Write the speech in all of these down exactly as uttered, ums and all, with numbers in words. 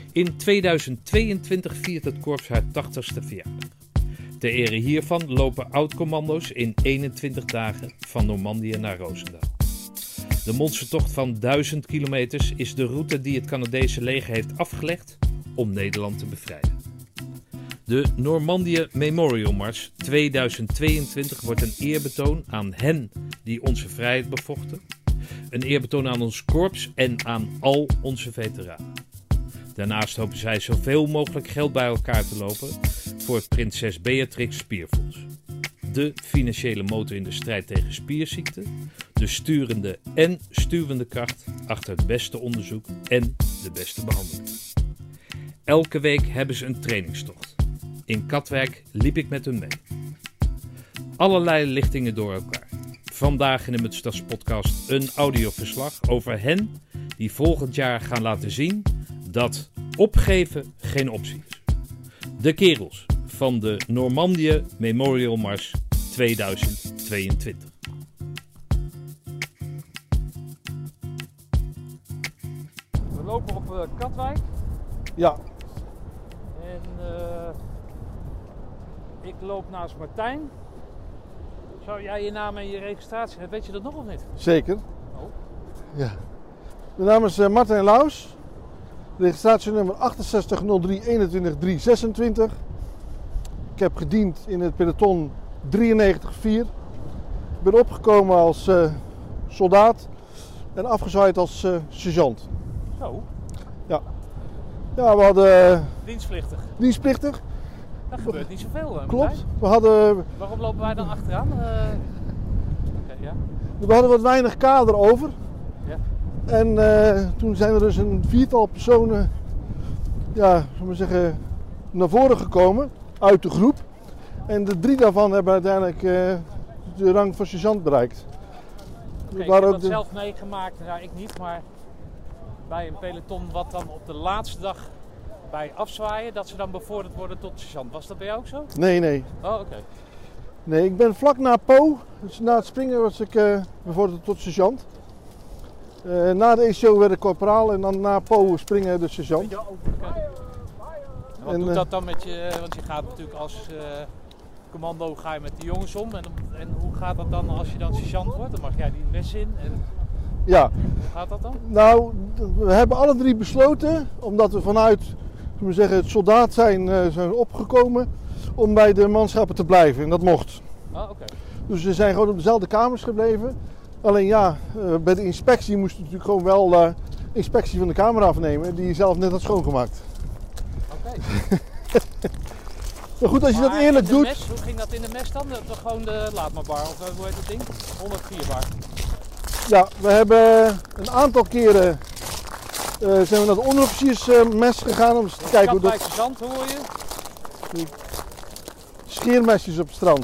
In tweeduizend tweeëntwintig viert het korps haar tachtigste verjaardag. Ter ere hiervan lopen oud-commando's in eenentwintig dagen van Normandië naar Roosendaal. De monstertocht van duizend kilometers is de route die het Canadese leger heeft afgelegd om Nederland te bevrijden. De Normandië Memorial Mars tweeduizend tweeëntwintig wordt een eerbetoon aan hen die onze vrijheid bevochten, een eerbetoon aan ons korps en aan al onze veteranen. Daarnaast hopen zij zoveel mogelijk geld bij elkaar te lopen voor het Prinses Beatrix Spierfonds. De financiële motor in de strijd tegen spierziekten, de sturende en stuwende kracht achter het beste onderzoek en de beste behandeling. Elke week hebben ze een trainingstocht. In Katwijk liep ik met hun mee. Allerlei lichtingen door elkaar. Vandaag in de Mutstas podcast een audioverslag over hen die volgend jaar gaan laten zien dat opgeven geen optie is. De kerels van de Normandië Memorial Mars tweeduizend tweeëntwintig. We lopen op uh, Katwijk. Ja. En uh, ik loop naast Martijn. Zou jij je naam en je registratie hebben? Weet je dat nog of niet? Zeker. Oh. Ja. Mijn naam is uh, Martijn Laus. Registratienummer achtenzestig nul drie eenentwintig drie zesentwintig. Ik heb gediend in het peloton drieënnegentig vier. Ik ben opgekomen als uh, soldaat en afgezwaaid als uh, sergeant. Zo. Ja. Ja, we hadden... Uh, Dienstplichtig. Dienstplichtig. Dat gebeurt niet zoveel. Uh, Klopt. Martijn. We hadden... Waarom lopen wij dan achteraan? Uh... Oké, okay, ja. We hadden wat weinig kader over. Ja. En uh, toen zijn er dus een viertal personen, ja, zullen we zeggen, naar voren gekomen uit de groep. En de drie daarvan hebben uiteindelijk uh, de rang van sergeant bereikt. Okay, ik heb dat de... zelf meegemaakt, nou ik niet, maar bij een peloton wat dan op de laatste dag bij afzwaaien, dat ze dan bevorderd worden tot sergeant. Was dat bij jou ook zo? Nee, nee. Oh, oké. Okay. Nee, ik ben vlak na Po, dus na het springen was ik uh, bevorderd tot sergeant. Uh, na de E C O werd ik korporaal en dan na Po springen de sergeant. Ja, okay. Wat en, doet dat dan met je, want je gaat natuurlijk als uh, commando ga je met de jongens om en, en hoe gaat dat dan als je dan sergeant wordt? Dan mag jij die mes in en ja. Hoe gaat dat dan? Nou, we hebben alle drie besloten, omdat we vanuit we zeggen, het soldaat zijn, uh, zijn opgekomen, om bij de manschappen te blijven en dat mocht. Ah, okay. Dus we zijn gewoon op dezelfde kamers gebleven. Alleen ja, uh, bij de inspectie moest je natuurlijk gewoon wel uh, inspectie van de kamer afnemen die je zelf net had schoongemaakt. Oké. Okay. Maar goed, als je maar dat eerlijk doet... Mes, hoe ging dat in de mes dan? Dat was gewoon de laat maar bar, of hoe heet dat ding? honderdvier bar. Ja, we hebben een aantal keren uh, zijn we naar de onderofficiersmes uh, gegaan om eens te de kijken hoe dat... Katwijkse zand hoor je? Die scheermesjes op het strand.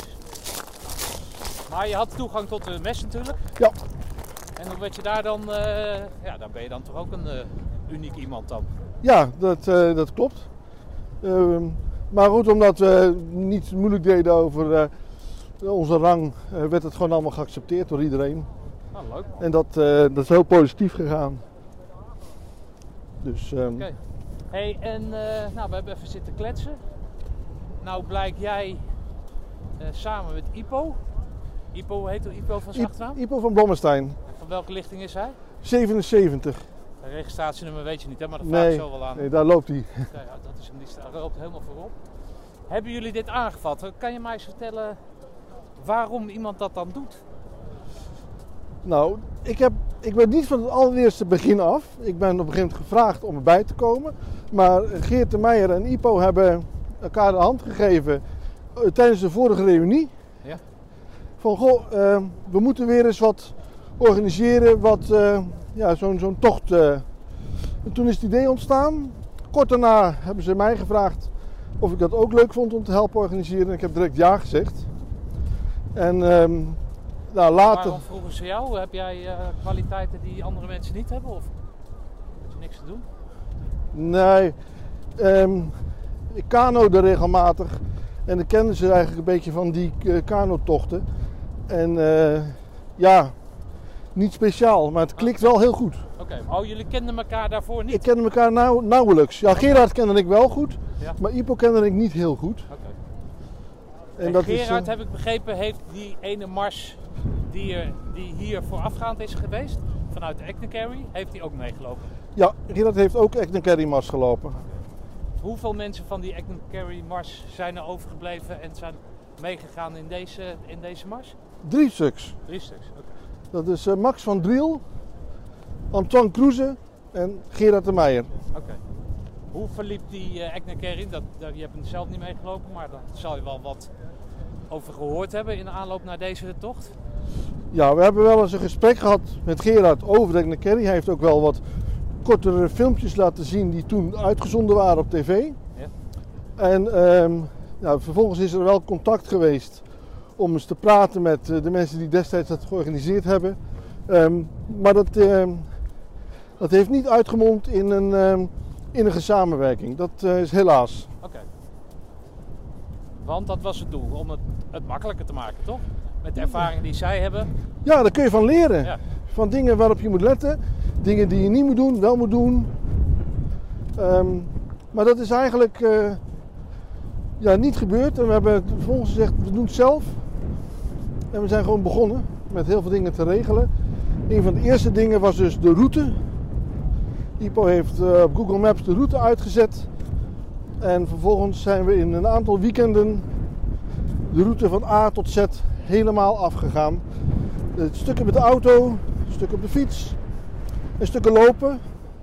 Maar je had toegang tot de mes natuurlijk. Ja. En hoe werd je daar dan, uh, ja, dan ben je dan toch ook een uh, uniek iemand dan? Ja, dat, uh, dat klopt. Uh, maar goed, omdat we niet moeilijk deden over uh, onze rang, uh, werd het gewoon allemaal geaccepteerd door iedereen. Ah, leuk. En dat, uh, dat is heel positief gegaan. Dus, um... Oké. Okay. Hey, en uh, nou, we hebben even zitten kletsen. Nou blijkt jij uh, samen met Ipo. Ipo, heet het Ipo van zijn achternaam? Ipo van Blommestein. Van welke lichting is hij? zevenenzeventig. De registratienummer weet je niet, hè? Maar dat nee, vraag ik zo wel aan. Nee, daar loopt hij. Okay, ja, dat is hem, die staat, loopt helemaal voorop. Hebben jullie dit aangevat? Kan je mij eens vertellen waarom iemand dat dan doet? Nou, ik, heb, ik ben niet van het allereerste begin af. Ik ben op een gegeven moment gevraagd om erbij te komen. Maar Geert de Meijer en Ipo hebben elkaar de hand gegeven uh, tijdens de vorige reunie. Ja. Van, goh, uh, we moeten weer eens wat organiseren, wat, uh, ja, zo'n, zo'n tocht. Uh. En toen is het idee ontstaan. Kort daarna hebben ze mij gevraagd of ik dat ook leuk vond om te helpen organiseren. En ik heb direct ja gezegd. En um, nou, later... Waarom vroegen ze jou? Heb jij uh, kwaliteiten die andere mensen niet hebben? Of heb je niks te doen? Nee, um, ik kanode regelmatig. En dan kenden ze eigenlijk een beetje van die uh, kanotochten. En uh, ja, niet speciaal, maar het klikt wel heel goed. Oké. Oké, okay. Oh, jullie kenden elkaar daarvoor niet? Ik kende elkaar nauw, nauwelijks. Ja, Gerard kende ik wel goed, ja. maar Ipo kende ik niet heel goed. Okay. En, en dat Gerard, is, uh, heb ik begrepen, heeft die ene mars die, er, die hier voorafgaand is geweest, vanuit Eckankary, heeft hij ook meegelopen? Ja, Gerard heeft ook Eckankary mars gelopen. Hoeveel mensen van die Eckankary mars zijn er overgebleven en zijn meegegaan in deze, in deze mars? Drie stuks. Drie stuks, oké. Okay. Dat is uh, Max van Driel, Antoine Kroeze en Gerard de Meijer. Oké. Okay. Hoe verliep die uh, Eckankary? Dat, dat, je hebt hem zelf niet meegelopen, maar daar zal je wel wat over gehoord hebben in de aanloop naar deze tocht. Ja, we hebben wel eens een gesprek gehad met Gerard over de Eckankary. Hij heeft ook wel wat kortere filmpjes laten zien die toen uitgezonden waren op tv. Ja. En um, ja, vervolgens is er wel contact geweest om eens te praten met uh, de mensen die destijds dat georganiseerd hebben. Um, maar dat, um, dat heeft niet uitgemond in een um, innige samenwerking. Dat uh, is helaas. Oké. Okay. Want dat was het doel, om het, het makkelijker te maken, toch? Met de ervaring die zij hebben. Ja, daar kun je van leren. Ja. Van dingen waarop je moet letten. Dingen die je niet moet doen, wel moet doen. Um, maar dat is eigenlijk uh, ja, niet gebeurd. En we hebben vervolgens gezegd, we doen het zelf. En we zijn gewoon begonnen met heel veel dingen te regelen. Een van de eerste dingen was dus de route. Ipo heeft uh, op Google Maps de route uitgezet. En vervolgens zijn we in een aantal weekenden de route van A tot Z helemaal afgegaan. Uh, stukken met de auto, stukken op de fiets, en stukken lopen.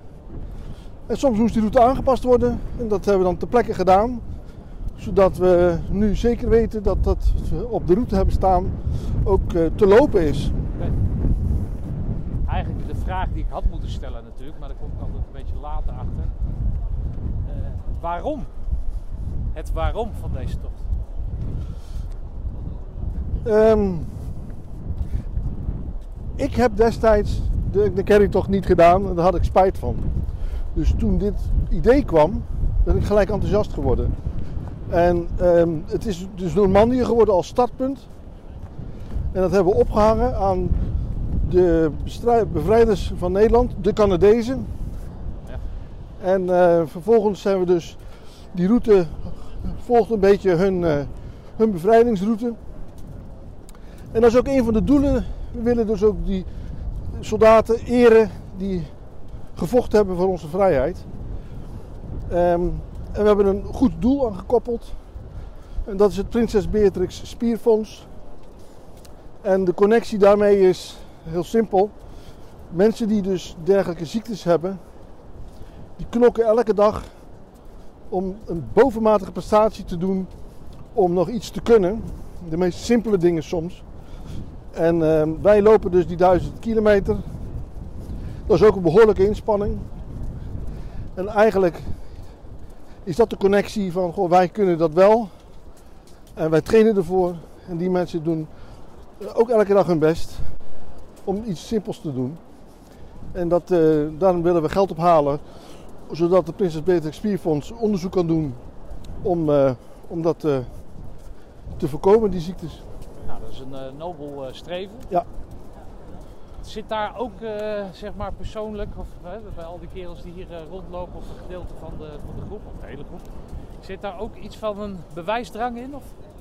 En soms moest die route aangepast worden. En dat hebben we dan ter plekke gedaan. Zodat we nu zeker weten dat dat op de route hebben staan ook uh, te lopen is. Okay. Eigenlijk de vraag die ik had moeten stellen natuurlijk, maar daar kom ik altijd een beetje later achter. Uh, waarom? Het waarom van deze tocht? Um, ik heb destijds de Eckankary-tocht niet gedaan en daar had ik spijt van. Dus toen dit idee kwam, ben ik gelijk enthousiast geworden. En um, het is dus Normandië geworden als startpunt. En dat hebben we opgehangen aan de bevrijders van Nederland, de Canadezen. Ja. En uh, vervolgens zijn we dus, die route volgt een beetje hun, uh, hun bevrijdingsroute. En dat is ook een van de doelen. We willen dus ook die soldaten eren die gevochten hebben voor onze vrijheid. Um, en we hebben een goed doel aan gekoppeld. En dat is het Prinses Beatrix Spierfonds. En de connectie daarmee is heel simpel. Mensen die dus dergelijke ziektes hebben, die knokken elke dag om een bovenmatige prestatie te doen om nog iets te kunnen. De meest simpele dingen soms. En uh, wij lopen dus die duizend kilometer. Dat is ook een behoorlijke inspanning. En eigenlijk is dat de connectie van, goh, wij kunnen dat wel. En wij trainen ervoor. En die mensen doen ook elke dag hun best om iets simpels te doen. En dat, uh, daarom willen we geld ophalen, zodat de Prinses Beatrix Spierfonds onderzoek kan doen om, uh, om dat uh, te voorkomen, die ziektes. Nou, dat is een uh, nobel uh, streven. Ja. Zit daar ook, uh, zeg maar persoonlijk, of uh, bij al die kerels die hier uh, rondlopen, of een gedeelte van de, van de groep, of de hele groep, zit daar ook iets van een bewijsdrang in? Of?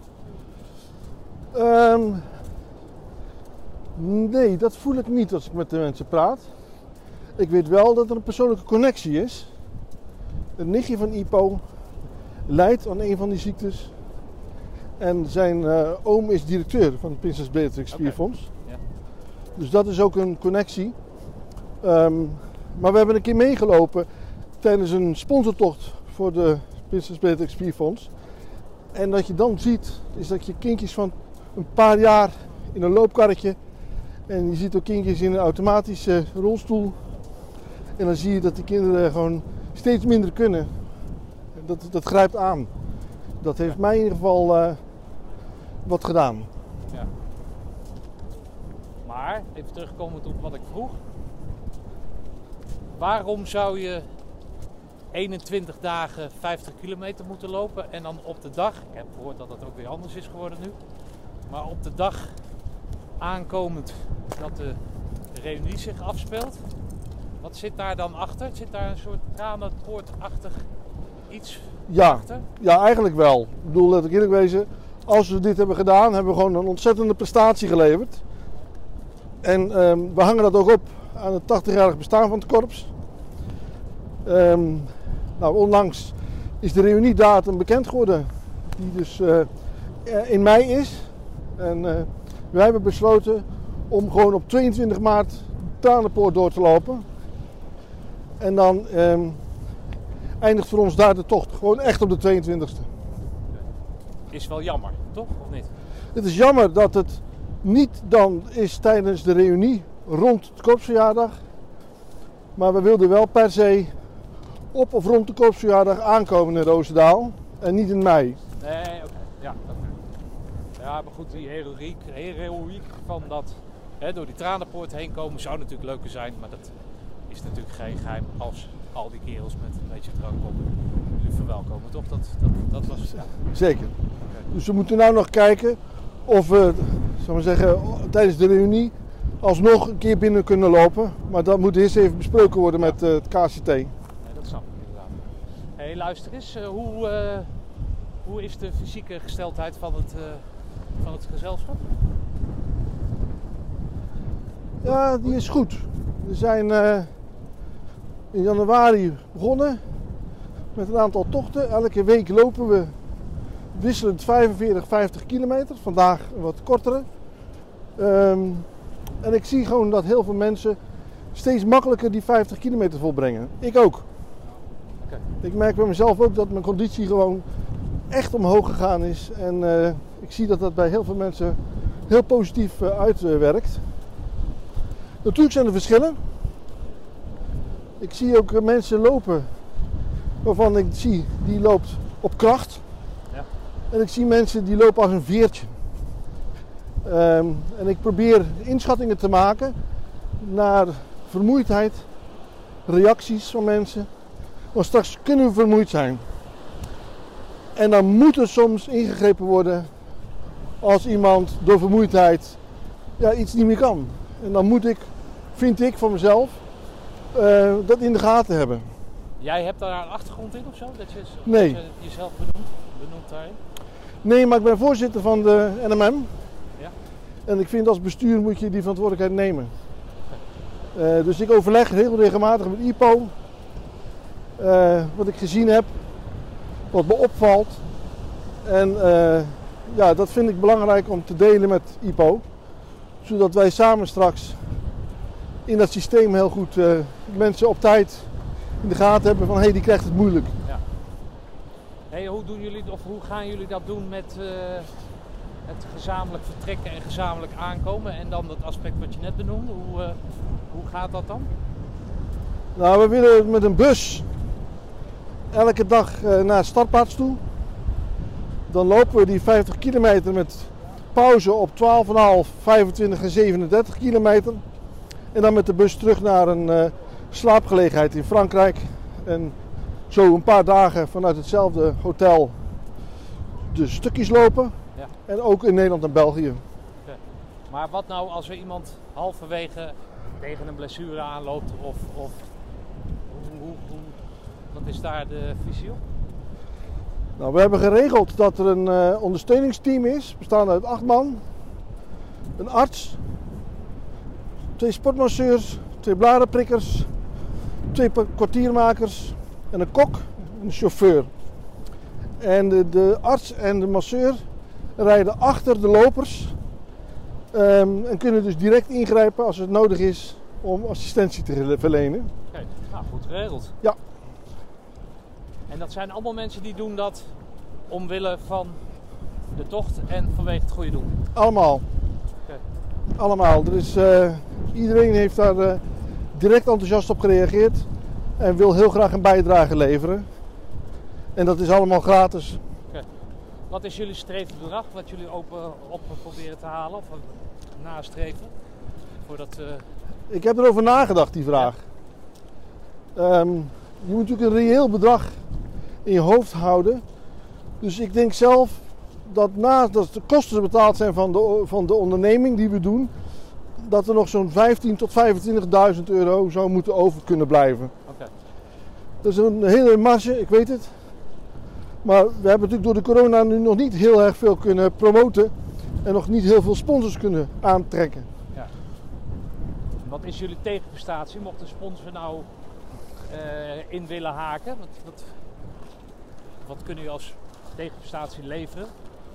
Um, nee, dat voel ik niet als ik met de mensen praat. Ik weet wel dat er een persoonlijke connectie is. Een nichtje van Ipo lijdt aan een van die ziektes. En zijn uh, oom is directeur van het Prinses Beatrix Spierfonds. Okay. Ja. Dus dat is ook een connectie. Um, maar we hebben een keer meegelopen tijdens een sponsortocht voor de Prinses Beatrix Spierfonds. En wat je dan ziet, is dat je kindjes van een paar jaar in een loopkarretje. En je ziet ook kindjes in een automatische rolstoel. En dan zie je dat die kinderen gewoon steeds minder kunnen. Dat, dat grijpt aan. Dat heeft mij in ieder geval uh, wat gedaan. Ja. Maar, even terugkomend op wat ik vroeg. Waarom zou je eenentwintig dagen vijftig kilometer moeten lopen en dan op de dag, ik heb gehoord dat dat ook weer anders is geworden nu, maar op de dag aankomend dat de reunie zich afspeelt, Wat zit daar dan achter? Zit daar een soort tranenpoortachtig iets ja, achter? Ja, eigenlijk wel. Ik bedoel, laat ik eerlijk wezen, als we dit hebben gedaan, hebben we gewoon een ontzettende prestatie geleverd. En um, we hangen dat ook op aan het tachtigjarig bestaan van het korps. Um, nou, onlangs is de reuniedatum bekend geworden, die dus uh, in mei is. En uh, wij hebben besloten om gewoon op tweeëntwintig maart de Tranenpoort door te lopen. En dan um, eindigt voor ons daar de tocht. Gewoon echt op de tweeëntwintigste. Is wel jammer, toch? Of niet? Het is jammer dat het niet dan is tijdens de reunie rond de korpsverjaardag. Maar we wilden wel per se op of rond de korpsverjaardag aankomen in Roosendaal. En niet in mei. Nee, oké. Okay. Ja, okay. Ja, maar goed, die heroïek, heroïek van dat hè, door die Tranenpoort heen komen zou natuurlijk leuker zijn. Maar dat is natuurlijk geen geheim als al die kerels met een beetje drank op jullie verwelkomen, toch? Dat, dat, dat was... Ja. Zeker. Okay. Dus we moeten nu nog kijken of we, zal maar zeggen, tijdens de reunie alsnog een keer binnen kunnen lopen. Maar dat moet eerst even besproken worden met uh, het K C T. Nee, dat snap ik inderdaad. Hé, hey, luister eens. Uh, hoe, uh, hoe is de fysieke gesteldheid van het, uh, van het gezelschap? Ja, die is goed. We zijn uh, in januari begonnen met een aantal tochten. Elke week lopen we wisselend vijfenveertig, vijftig kilometer. Vandaag een wat kortere. Um, en ik zie gewoon dat heel veel mensen steeds makkelijker die vijftig kilometer volbrengen. Ik ook. Okay. Ik merk bij mezelf ook dat mijn conditie gewoon echt omhoog gegaan is. En uh, ik zie dat dat bij heel veel mensen heel positief uh, uitwerkt. Natuurlijk zijn er verschillen. Ik zie ook uh, mensen lopen waarvan ik zie die loopt op kracht. Ja. En ik zie mensen die lopen als een veertje. Um, en ik probeer inschattingen te maken naar vermoeidheid, reacties van mensen. Want straks kunnen we vermoeid zijn. En dan moet er soms ingegrepen worden als iemand door vermoeidheid ja, iets niet meer kan. En dan moet ik, vind ik van mezelf, uh, dat in de gaten hebben. Jij hebt daar een achtergrond in of zo? Dat je, nee. dat je jezelf benoemt, benoemt daarin? Nee, maar ik ben voorzitter van de N M M. Ja. En ik vind als bestuur moet je die verantwoordelijkheid nemen. Uh, dus ik overleg heel regelmatig met I P O. Uh, wat ik gezien heb. Wat me opvalt. En uh, ja, dat vind ik belangrijk om te delen met I P O. Zodat wij samen straks in dat systeem heel goed uh, mensen op tijd in de gaten hebben van hé, hey, die krijgt het moeilijk. Ja. Hey, hoe doen jullie, of hoe gaan jullie dat doen met uh, het gezamenlijk vertrekken en gezamenlijk aankomen? En dan dat aspect wat je net benoemde, hoe, uh, hoe gaat dat dan? Nou, we willen met een bus elke dag uh, naar de startplaats toe. Dan lopen we die vijftig kilometer met pauze op twaalf komma vijf, vijfentwintig en zevenendertig kilometer. En dan met de bus terug naar een uh, slaapgelegenheid in Frankrijk. En zo een paar dagen vanuit hetzelfde hotel de stukjes lopen. Ja. En ook in Nederland en België. Okay. Maar wat nou als er iemand halverwege tegen een blessure aanloopt? Of, of hoe, hoe, hoe, wat is daar de visie op? Nou, we hebben geregeld dat er een uh, ondersteuningsteam is, bestaande uit acht man. Een arts, twee sportmasseurs, twee blarenprikkers, twee kwartiermakers en een kok en een chauffeur. En de, de arts en de masseur rijden achter de lopers um, en kunnen dus direct ingrijpen als het nodig is om assistentie te verlenen. Oké, okay. Nou goed geregeld. Ja. En dat zijn allemaal mensen die doen dat omwille van de tocht en vanwege het goede doel? Allemaal. Okay. Allemaal. Er is, uh, iedereen heeft daar uh, direct enthousiast op gereageerd en wil heel graag een bijdrage leveren. En dat is allemaal gratis. Okay. Wat is jullie streefbedrag wat jullie open, op proberen te halen of nastreven? Voordat, uh... Ik heb erover nagedacht, die vraag. Ja. Um, je moet natuurlijk een reëel bedrag in je hoofd houden. Dus ik denk zelf dat naast dat de kosten betaald zijn van de, van de onderneming die we doen, dat er nog zo'n vijftien tot vijfentwintigduizend euro zou moeten over kunnen blijven. Okay. Dat is een hele marge, ik weet het. Maar we hebben natuurlijk door de corona nu nog niet heel erg veel kunnen promoten. En nog niet heel veel sponsors kunnen aantrekken. Ja. Wat is jullie tegenprestatie? Mocht een sponsor nou uh, in willen haken? Wat, wat, wat kunnen jullie als tegenprestatie leveren?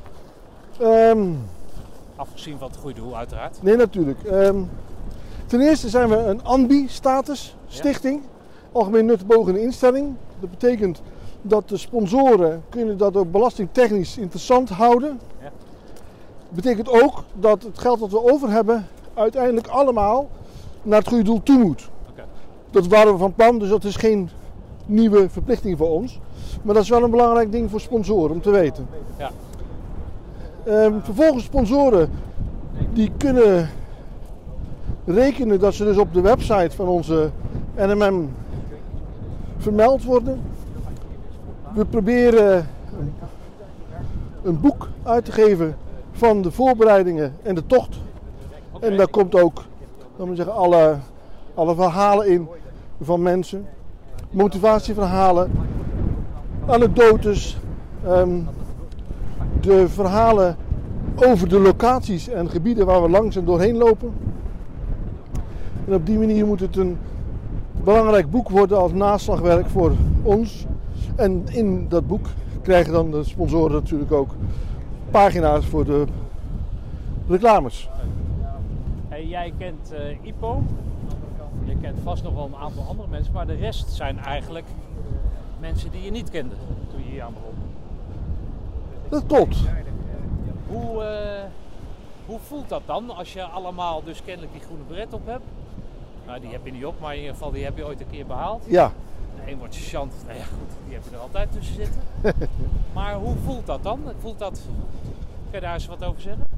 Um, Afgezien van het goede doel uiteraard. Nee, natuurlijk. Um, ten eerste zijn we een A N B I-status stichting. Ja. Algemeen nutbogende instelling. Dat betekent dat de sponsoren kunnen dat ook belastingtechnisch interessant houden. Ja. Dat betekent ook dat het geld dat we over hebben uiteindelijk allemaal naar het goede doel toe moet. Okay. Dat waren we van plan, dus dat is geen nieuwe verplichting voor ons. Maar dat is wel een belangrijk ding voor sponsoren om te weten. Ja. Um, vervolgens sponsoren die kunnen rekenen dat ze dus op de website van onze N M M vermeld worden. We proberen een, een boek uit te geven van de voorbereidingen en de tocht. En daar komt ook, laten we zeggen, alle, alle verhalen in van mensen. Motivatieverhalen, anekdotes, um, de verhalen over de locaties en gebieden waar we langs en doorheen lopen. En op die manier moet het een belangrijk boek worden als naslagwerk voor ons. En in dat boek krijgen dan de sponsoren natuurlijk ook pagina's voor de reclames. Hey, jij kent uh, I P O. Je kent vast nog wel een aantal andere mensen, maar de rest zijn eigenlijk mensen die je niet kende toen je hier aan begon. Dat klopt. Hoe, uh, hoe voelt dat dan als je allemaal dus kennelijk die groene beret op hebt? Nou, die heb je niet op, maar in ieder geval die heb je ooit een keer behaald. Ja. De een wordt sergeant, nou ja goed, die heb je er altijd tussen zitten. Maar hoe voelt dat dan? Voelt dat, kun je daar eens wat over zeggen?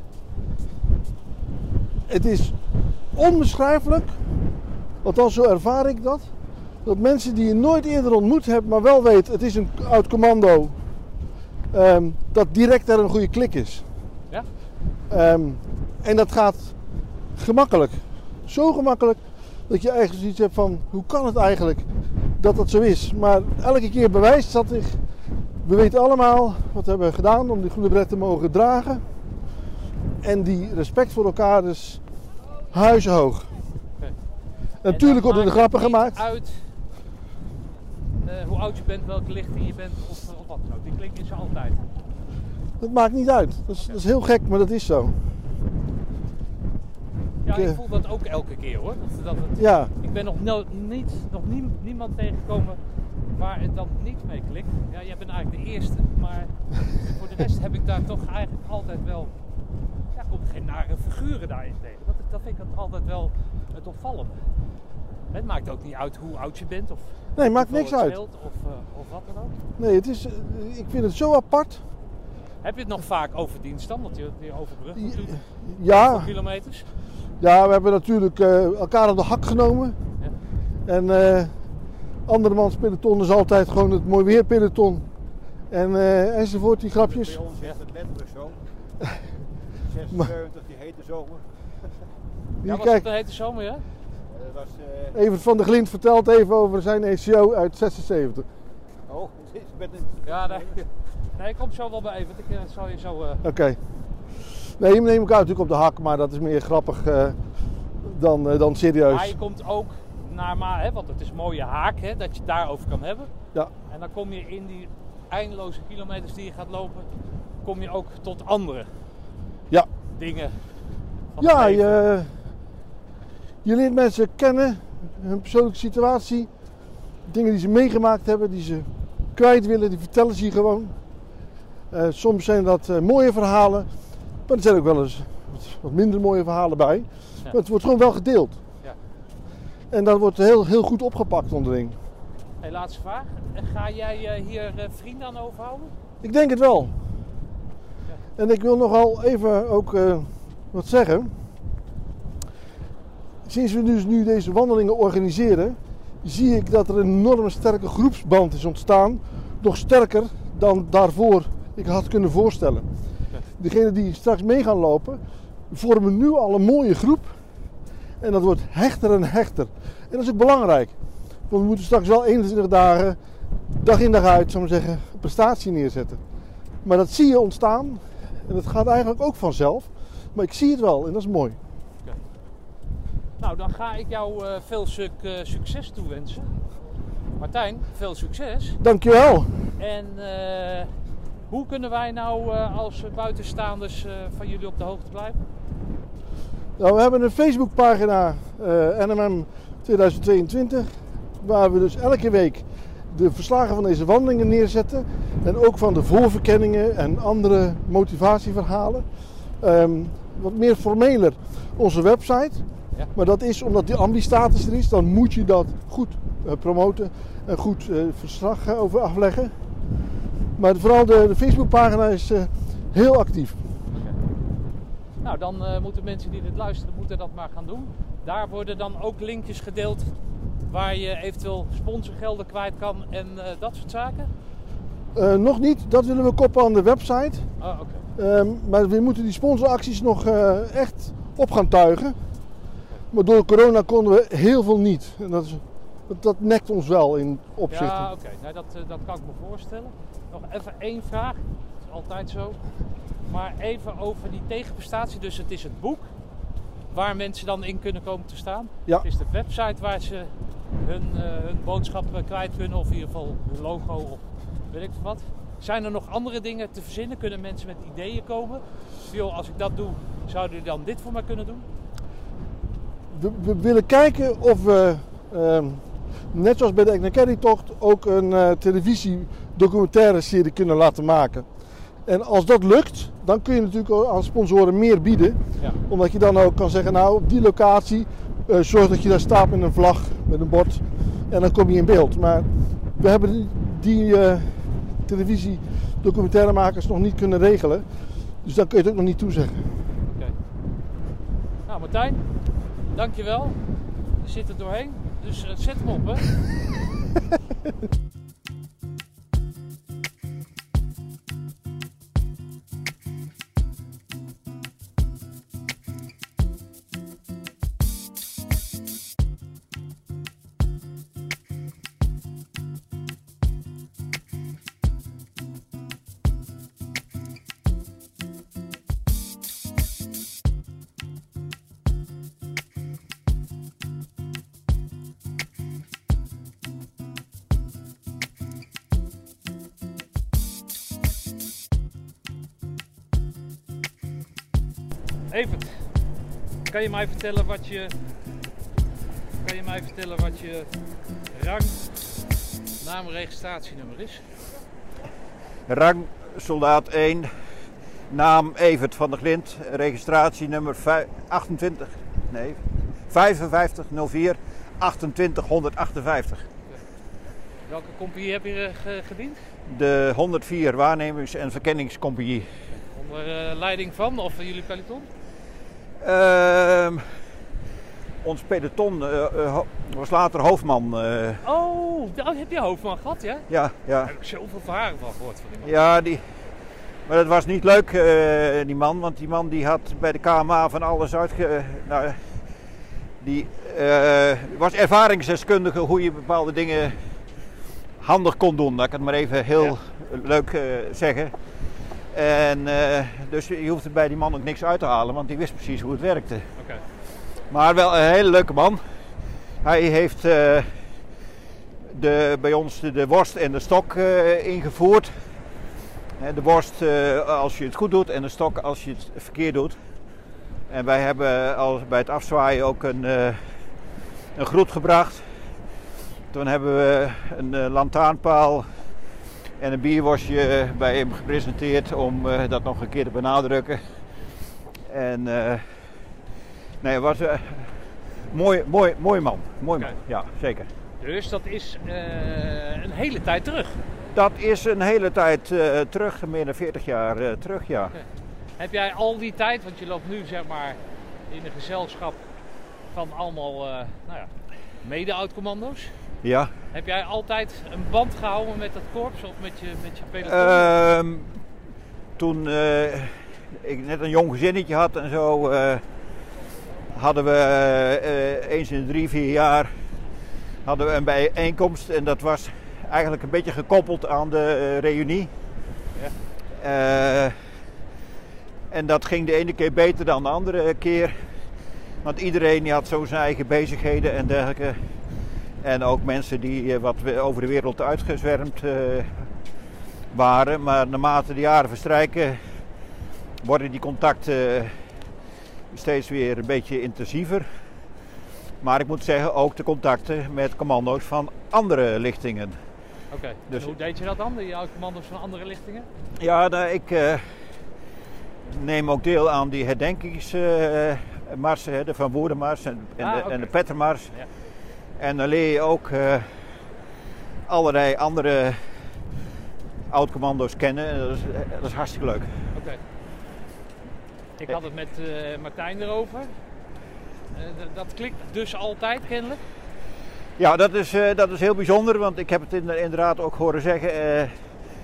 Het is onbeschrijfelijk, althans zo ervaar ik dat, dat mensen die je nooit eerder ontmoet hebt, maar wel weet, het is een oud commando, um, dat direct er een goede klik is. Ja? Um, en dat gaat gemakkelijk. Zo gemakkelijk dat je eigenlijk zoiets hebt van, hoe kan het eigenlijk dat dat zo is? Maar elke keer bewijst dat zich. We weten allemaal wat we hebben gedaan om die groene bret te mogen dragen. En die respect voor elkaar is huizenhoog. Okay. Natuurlijk worden er grappen gemaakt. Uit uh, hoe oud je bent, welke lichting je bent of, of wat dan ook. Die klinkt is altijd. Dat maakt niet uit. Dat is, dat is heel gek, maar dat is zo. Ja, ik voel dat ook elke keer hoor. Dat, dat het, ja. Ik ben nog, no, niet, nog nie, niemand tegengekomen waar het dan niet mee klikt. Ja, jij bent eigenlijk de eerste, maar voor de rest heb ik daar toch eigenlijk altijd wel... Ja, komt geen nare figuren daarin tegen. Dat, dat vind ik altijd wel het opvallende. Het maakt ook niet uit hoe oud je bent of... Nee, maakt niks uit. Of, uh, of wat dan ook. Nee, het is, ik vind het zo apart. Heb je het nog vaak over dienst dan? Dat je, je overbrugt natuurlijk? Ja. Hoeveel kilometers? Ja, we hebben natuurlijk uh, elkaar op de hak genomen. Ja. En uh, andermans peloton is altijd gewoon het mooi weer peloton. En, uh, enzovoort, die grapjes. Bij ons zegt het letterlijk zo. zesenzeventig, die hete zomer. Ja, was het een hete zomer, ja? Uh, was, uh... Evert van der Glint vertelt even over zijn E C O uit zesenzeventig. Oh, ik ben een... Ja, nee. Nee, ik kom zo wel bij Evert. Ik uh, zal je zo... Uh... Oké. Okay. Nee, je neemt elkaar natuurlijk op de hak, maar dat is meer grappig uh, dan, uh, dan serieus. Maar je komt ook naar Ma, hè, want het is een mooie haak, hè, dat je het daarover kan hebben. Ja. En dan kom je in die eindeloze kilometers die je gaat lopen, kom je ook tot andere ja. dingen. Ja, je, je leert mensen kennen, hun persoonlijke situatie, dingen die ze meegemaakt hebben, die ze kwijt willen, die vertellen ze je gewoon. Uh, soms zijn dat uh, mooie verhalen. Maar er zijn ook wel eens wat minder mooie verhalen bij. Ja. Maar het wordt gewoon wel gedeeld. Ja. En dat wordt heel, heel goed opgepakt onderling. Hey, laatste vraag. Ga jij uh, hier uh, vrienden aan overhouden? Ik denk het wel. Ja. En ik wil nogal even ook uh, wat zeggen. Sinds we dus nu deze wandelingen organiseren, zie ik dat er een enorme sterke groepsband is ontstaan. Nog sterker dan daarvoor ik had kunnen voorstellen. Degenen die straks mee gaan lopen, vormen nu al een mooie groep. En dat wordt hechter en hechter. En dat is ook belangrijk. Want we moeten straks wel eenentwintig dagen, dag in dag uit, zou ik maar zeggen, een prestatie neerzetten. Maar dat zie je ontstaan. En dat gaat eigenlijk ook vanzelf. Maar ik zie het wel en dat is mooi. Okay. Nou, dan ga ik jou uh, veel suc uh, succes toewensen. Martijn, veel succes. Dankjewel. En uh, hoe kunnen wij nou uh, als buitenstaanders uh, van jullie op de hoogte blijven? Nou, we hebben een Facebookpagina uh, N M M tweeduizend tweeëntwintig. Waar we dus elke week de verslagen van deze wandelingen neerzetten. En ook van de voorverkenningen en andere motivatieverhalen. Um, wat meer formeler onze website. Ja. Maar dat is omdat die ambi-status er is. Dan moet je dat goed uh, promoten en goed uh, verslag uh, over afleggen. Maar vooral de, de Facebookpagina is uh, heel actief. Okay. Nou, dan uh, moeten mensen die dit luisteren, moeten dat maar gaan doen. Daar worden dan ook linkjes gedeeld waar je eventueel sponsorgelden kwijt kan en uh, dat soort zaken? Uh, nog niet, dat willen we koppen aan de website. Oh, oké. Okay. Um, maar we moeten die sponsoracties nog uh, echt op gaan tuigen. Maar door corona konden we heel veel niet. En dat, is, dat, dat nekt ons wel in opzichten. Ja, oké. Okay. Nou, dat, dat kan ik me voorstellen. Nog even één vraag. Dat is altijd zo. Maar even over die tegenprestatie. Dus het is het boek waar mensen dan in kunnen komen te staan. Ja. Het is de website waar ze hun, uh, hun boodschap kwijt kunnen. Of in ieder geval hun logo of weet ik wat. Zijn er nog andere dingen te verzinnen? Kunnen mensen met ideeën komen? Dus, joh, als ik dat doe, zouden jullie dan dit voor mij kunnen doen? We, we willen kijken of we, uh, net zoals bij de Egnakerry-tocht, ook een uh, televisie-documentaire serie kunnen laten maken. En als dat lukt, dan kun je natuurlijk aan sponsoren meer bieden. Ja. Omdat je dan ook kan zeggen, nou op die locatie, uh, zorg dat je daar staat met een vlag, met een bord. En dan kom je in beeld. Maar we hebben die, die uh, televisie-documentairemakers nog niet kunnen regelen. Dus dan kun je het ook nog niet toezeggen. Okay. Nou Martijn, dankjewel. Je zit er doorheen, dus uh, zet hem op hè. Evert, kan je mij vertellen wat je, kan je mij vertellen wat je rang, naam en registratienummer is? Rang soldaat één, naam Evert van der Glint, registratienummer achtentwintig, nee, vijfenvijftig nul vier achtentwintig honderdachtenvijftig. Welke compagnie heb je uh, gediend? De honderdvier waarnemings- en verkenningscompagnie. Onder uh, leiding van, of uh, jullie peloton? Uh, ons peloton uh, uh, was later hoofdman. Uh. Oh, daar heb je hoofdman gehad, ja? Ja, ja. Daar heb ik zoveel verhalen van gehoord van die man. Ja, die, maar dat was niet leuk, uh, die man. Want die man die had bij de K M A van alles uitge... Nou, die uh, was ervaringsdeskundige hoe je bepaalde dingen handig kon doen. Dat ik het maar even heel ja. leuk uh, zeggen. En uh, dus je hoeft er bij die man ook niks uit te halen, want die wist precies hoe het werkte. Okay. Maar wel een hele leuke man. Hij heeft uh, de, bij ons de, de worst en de stok uh, ingevoerd. De worst uh, als je het goed doet en de stok als je het verkeerd doet. En wij hebben al bij het afzwaaien ook een, uh, een groet gebracht. Toen hebben we een uh, lantaarnpaal en een bierworstje bij hem gepresenteerd om uh, dat nog een keer te benadrukken. En uh, nee, het was een uh, mooi, mooi, mooi man. Mooi man, okay. Ja, zeker. Dus dat is uh, een hele tijd terug? Dat is een hele tijd uh, terug, meer dan veertig jaar uh, terug, ja. Okay. Heb jij al die tijd, want je loopt nu zeg maar in een gezelschap van allemaal uh, nou ja, mede-oud-commando's. Ja. Heb jij altijd een band gehouden met dat korps of met je, met je peloton? Uh, toen uh, ik net een jong gezinnetje had en zo, uh, hadden we uh, eens in drie, vier jaar hadden we een bijeenkomst en dat was eigenlijk een beetje gekoppeld aan de uh, reunie. Ja. Uh, en dat ging de ene keer beter dan de andere keer. Want iedereen die had zo zijn eigen bezigheden en dergelijke. En ook mensen die uh, wat over de wereld uitgezwermd uh, waren. Maar naarmate de jaren verstrijken worden die contacten steeds weer een beetje intensiever. Maar ik moet zeggen ook de contacten met commando's van andere lichtingen. Oké, okay. Dus hoe deed je dat dan, die commando's van andere lichtingen? Ja, nou, ik uh, neem ook deel aan die herdenkingsmarsen, uh, de Van Woerdenmars en, en, ah, de, okay. en de Pettermars. Ja. En dan leer je ook uh, allerlei andere oud-commando's kennen. Dat is, dat is hartstikke leuk. Oké. Okay. Ik had het met uh, Martijn erover. Uh, dat klikt dus altijd kennelijk? Ja, dat is, uh, dat is heel bijzonder, want ik heb het inderdaad ook horen zeggen. Uh, uh,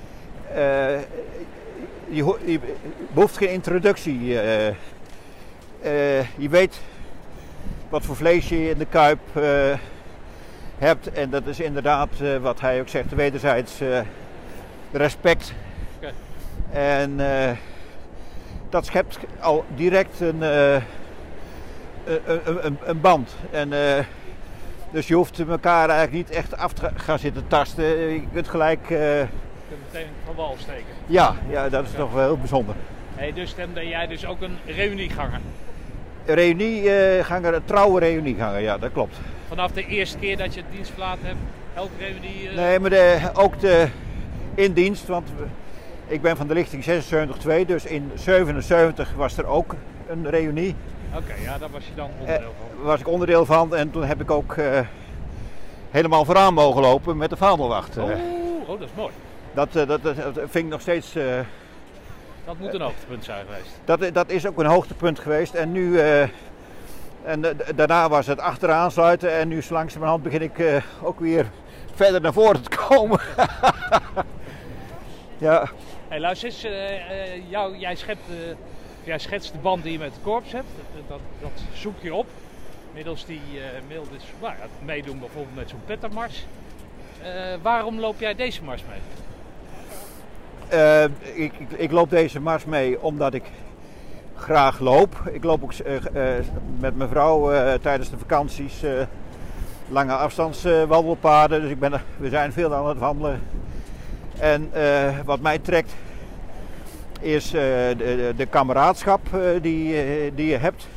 je, je behoeft geen introductie. Uh, uh, je weet wat voor vlees je in de kuip uh, hebt. En dat is inderdaad uh, wat hij ook zegt, wederzijds uh, respect. Okay. En uh, dat schept al direct een, uh, een, een, een band. En, uh, dus je hoeft elkaar eigenlijk niet echt af te gaan zitten tasten. Je kunt gelijk... Uh, je kunt meteen van wal steken. Ja, ja, dat is toch wel heel bijzonder. Hey, dus dan ben jij dus ook een reunieganger? Reunieganger, een trouwe reunieganger, ja, dat klopt. Vanaf de eerste keer dat je het dienst verlaten hebt, elke reunie... Uh... Nee, maar de, ook de in dienst, want ik ben van de lichting zesenzeventig twee, dus in zevenenzeventig was er ook een reunie. Oké, okay, ja, daar was je dan onderdeel van. Daar was ik onderdeel van en toen heb ik ook uh, helemaal vooraan mogen lopen met de vaandelwacht. Oh, oh, dat is mooi. Dat, uh, dat, dat vind ik nog steeds... Uh, dat moet een hoogtepunt zijn geweest. Dat, dat is ook een hoogtepunt geweest en nu... Uh, en uh, daarna was het achteraan sluiten en nu langzamerhand begin ik uh, ook weer verder naar voren te komen. Ja. Hey, luister eens, uh, uh, jou, jij schept... Uh, Jij schetst de band die je met het korps hebt, dat, dat, dat zoek je op middels die uh, middels, nou ja, meedoen bijvoorbeeld met zo'n Pettermars. Uh, waarom loop jij deze mars mee? Uh, ik, ik, ik loop deze mars mee omdat ik graag loop. Ik loop ook uh, uh, met mijn vrouw uh, tijdens de vakanties uh, lange afstandswandelpaden, uh, dus ik ben, we zijn veel aan het wandelen. En uh, wat mij trekt is uh, de, de kameraadschap uh, die, uh, die je hebt.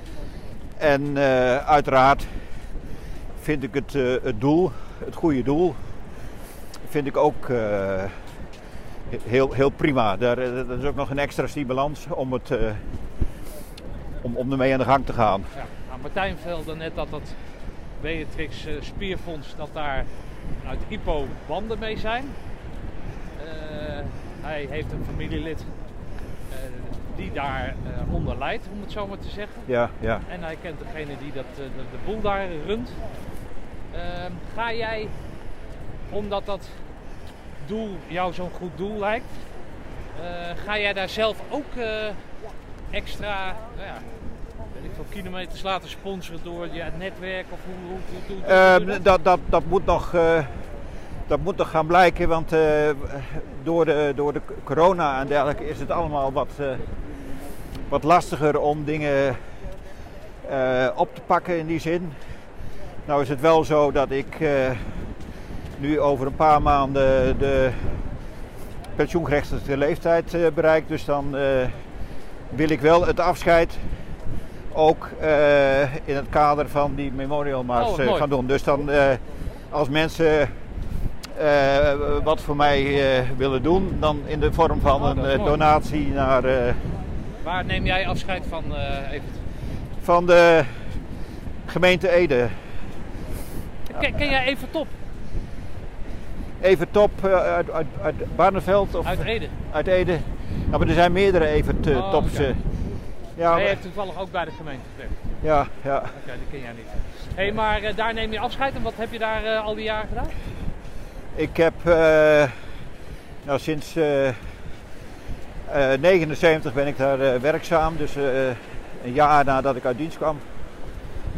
En uh, uiteraard vind ik het, uh, het doel, het goede doel, vind ik ook uh, heel, heel prima. Daar, dat is ook nog een extra stimulans om, het, uh, om, om ermee aan de gang te gaan. Ja, nou, Martijn vertelde net dat dat Beatrix uh, Spierfonds, dat daar uit I P O banden mee zijn. Uh, Hij heeft een familielid uh, die daar uh, onder lijdt, om het zo maar te zeggen. Ja, ja. En hij kent degene die dat, uh, de, de boel daar runt. Uh, ga jij, omdat dat doel jou zo'n goed doel lijkt, uh, ga jij daar zelf ook uh, extra, nou ja, weet ik veel, kilometers laten sponsoren door je netwerk? Of hoe, hoe, hoe, hoe, hoe, hoe uh, dat? Dat, dat, dat moet nog... Uh... Dat moet nog gaan blijken, want uh, door, de, door de corona en dergelijke is het allemaal wat, uh, wat lastiger om dingen uh, op te pakken in die zin. Nou is het wel zo dat ik uh, nu over een paar maanden de pensioengerechtigde leeftijd uh, bereik. Dus dan uh, wil ik wel het afscheid ook uh, in het kader van die Memorial Mars oh, uh, gaan doen. Dus dan uh, als mensen... Uh, wat voor mij uh, willen doen, dan in de vorm van oh, een uh, donatie naar... Uh, Waar neem jij afscheid van, uh, even? Van de gemeente Ede. Ken, ken jij Evert Top? Evert Top uh, uit, uit, uit Barneveld? Of, uit Ede? Uit Ede. Ja, maar er zijn meerdere Evert uh, oh, Tops. Okay. Ja, hij heeft toevallig ook bij de gemeente gewerkt. Ja, ja. Oké, okay, die ken jij niet. Hé, hey, maar uh, daar neem je afscheid en wat heb je daar uh, al die jaren gedaan? Ik heb uh, nou, sinds uh, uh, negenenzeventig ben ik daar uh, werkzaam, dus uh, een jaar nadat ik uit dienst kwam.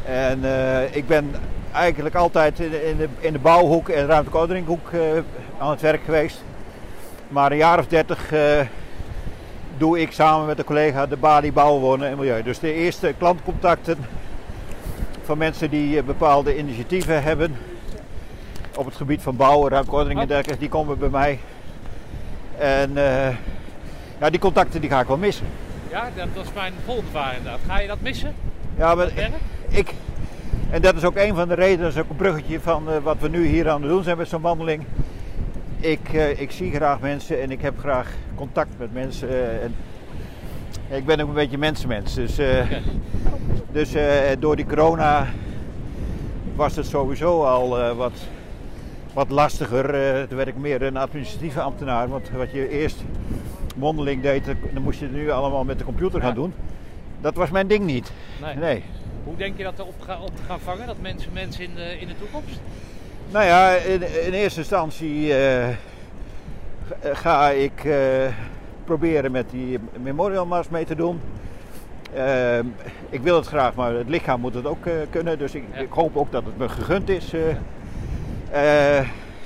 En uh, ik ben eigenlijk altijd in de, in de, in de bouwhoek en ruimtelijke ordeninghoek uh, aan het werk geweest. Maar een jaar of dertig uh, doe ik samen met een collega de balie bouwen, wonen en milieu. Dus de eerste klantcontacten van mensen die uh, bepaalde initiatieven hebben op het gebied van bouwen, ruimtelijke ordening en dergelijke, die komen bij mij. En uh, ja, die contacten die ga ik wel missen. Ja, dat, dat is mijn volgende vraag inderdaad. Ga je dat missen? Ja, maar ik, en dat is ook een van de redenen, dat is ook een bruggetje van uh, wat we nu hier aan het doen zijn met zo'n wandeling. Ik, uh, ik zie graag mensen en ik heb graag contact met mensen. Uh, en ik ben ook een beetje mensenmens. Dus, uh, okay. dus uh, door die corona was het sowieso al uh, wat, wat lastiger. Uh, toen werd ik meer een administratieve ambtenaar. Want wat je eerst mondeling deed, dan moest je het nu allemaal met de computer gaan doen. Dat was mijn ding niet. Nee. nee. Hoe denk je dat op, op te gaan vangen, dat mensen mensen in de, in de toekomst? Nou ja, in, in eerste instantie uh, ga ik uh, proberen met die Memorial Mars mee te doen. Uh, ik wil het graag, maar het lichaam moet het ook uh, kunnen. Dus ik, ja. ik hoop ook dat het me gegund is. Uh, uh,